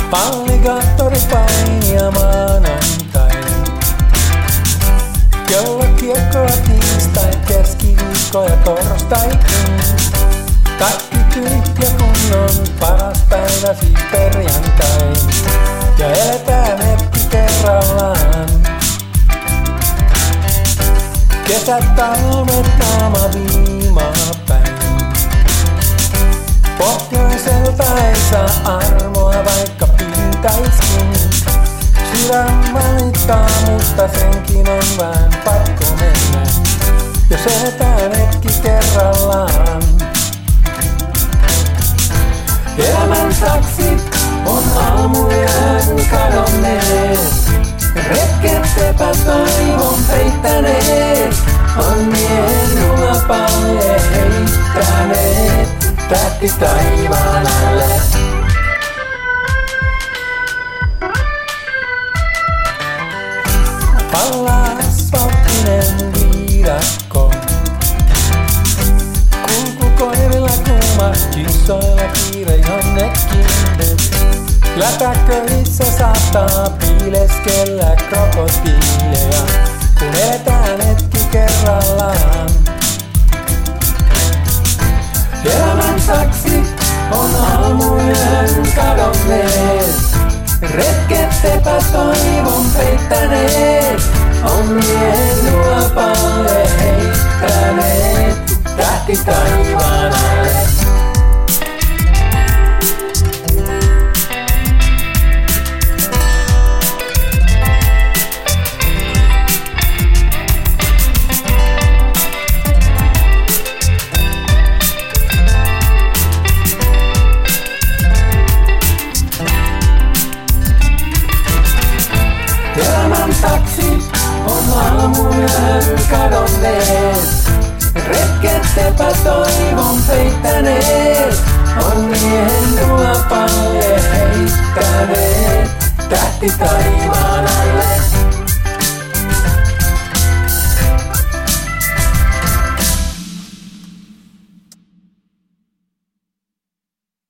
Alligaattoripainija maanantai. Kello kiekkoa tiistai, keskiviikko ja torstaikin. Kaikki tyhjä kun on paras päivä siis perjantai. Ja eletään hetki kerrallaan. Kesät, talvet, naama viimapäin. Pohjoiselta ei saa armoa vaikka pyytäiskin. Sydän valittaa, mutta senkin on vähän pakko mennä. Jos eletään hetki kerrallaan. Elämän taksit on aamuyön kadonneet. Retket epätoivon peittäneet. On miehen juhlapalleet heittäneet. Tähti taivaan alle. Pallaa asfalttinen viidakko. Kulkukoirilla kuuma, kissoilla kiire jonnekin. Lätäköissä saattaa piileskellä krokotiileja, kun eletään hetki kerrallaan. Elämän taksit on aamuyön kadonneet. Retket epätoivon peittäneet. On miehen juhlapalleet heittäneet. Tähti taivaan alle. Elämän taksit on aamuyön kadonneet. Retket epätoivon peittäneet. On miehen juhlapalleet heittäneet. Tähti taivaan alle.